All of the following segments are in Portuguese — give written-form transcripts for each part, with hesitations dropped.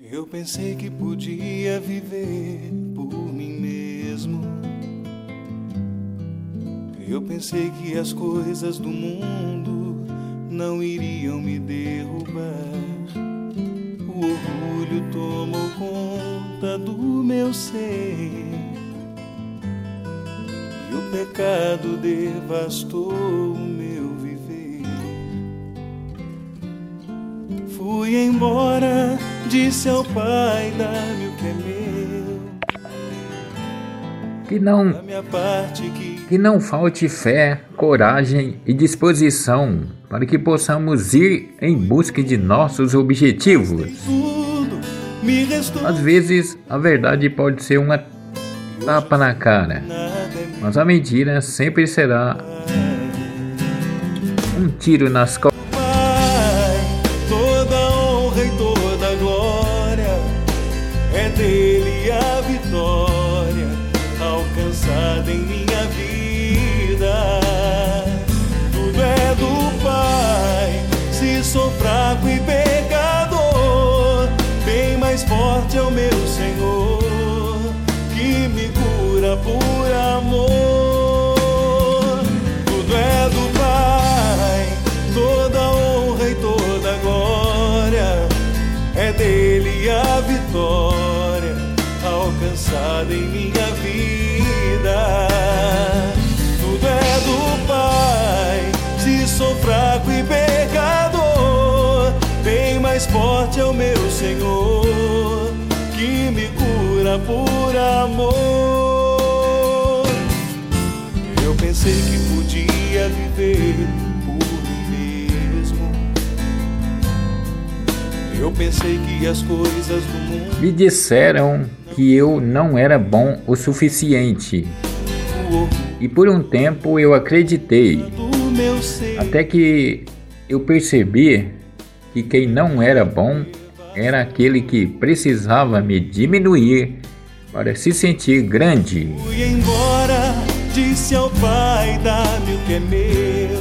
Eu pensei que podia viver por mim mesmo. Eu pensei que as coisas do mundo não iriam me derrubar. O orgulho tomou conta do meu ser e o pecado devastou o meu viver. Fui embora, disse ao Pai, dá-me o que é meu. Que não falte fé, coragem e disposição para que possamos ir em busca de nossos objetivos. Às vezes, a verdade pode ser uma tapa na cara, mas a mentira sempre será um tiro nas costas. É dele a vitória alcançada em minha vida. Tudo é do Pai. Se sou fraco e pecador, bem mais forte é o meu Senhor, que me cura por amor. Tudo é do Pai, toda honra e toda glória é dele a vitória alcançada em minha vida. Tudo é do Pai. Se sou fraco e pecador, bem mais forte é o meu Senhor, que me cura por amor. Eu pensei que podia viver por mim mesmo. Eu pensei que as coisas do mundo Me disseram que eu não era bom o suficiente. E por um tempo eu acreditei. Até que eu percebi que quem não era bom era aquele que precisava me diminuir para se sentir grande. Fui embora, disse ao Pai, dá-me o que é meu,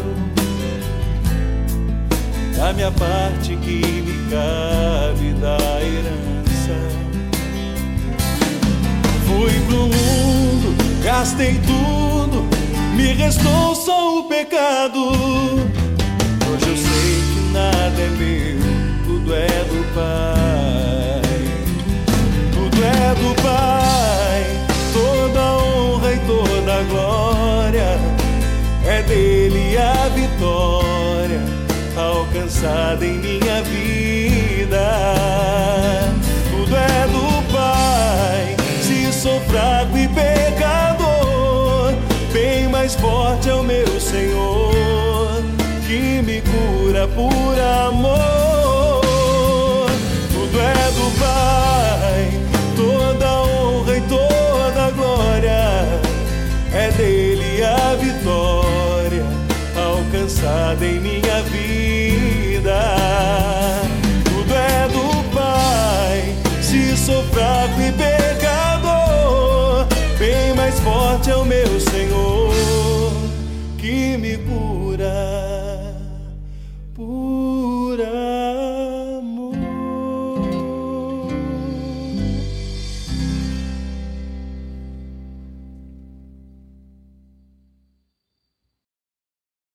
da minha parte que me cabe da herança. Fui pro mundo, gastei tudo, me restou só o pecado. Hoje eu sei que nada é meu, tudo é do Pai. Tudo é do Pai, toda honra e toda glória é dele a vitória alcançada em minha vida. Tudo é do Pai. Se sou fraco e pecador, bem mais forte é o meu Senhor, que me cura por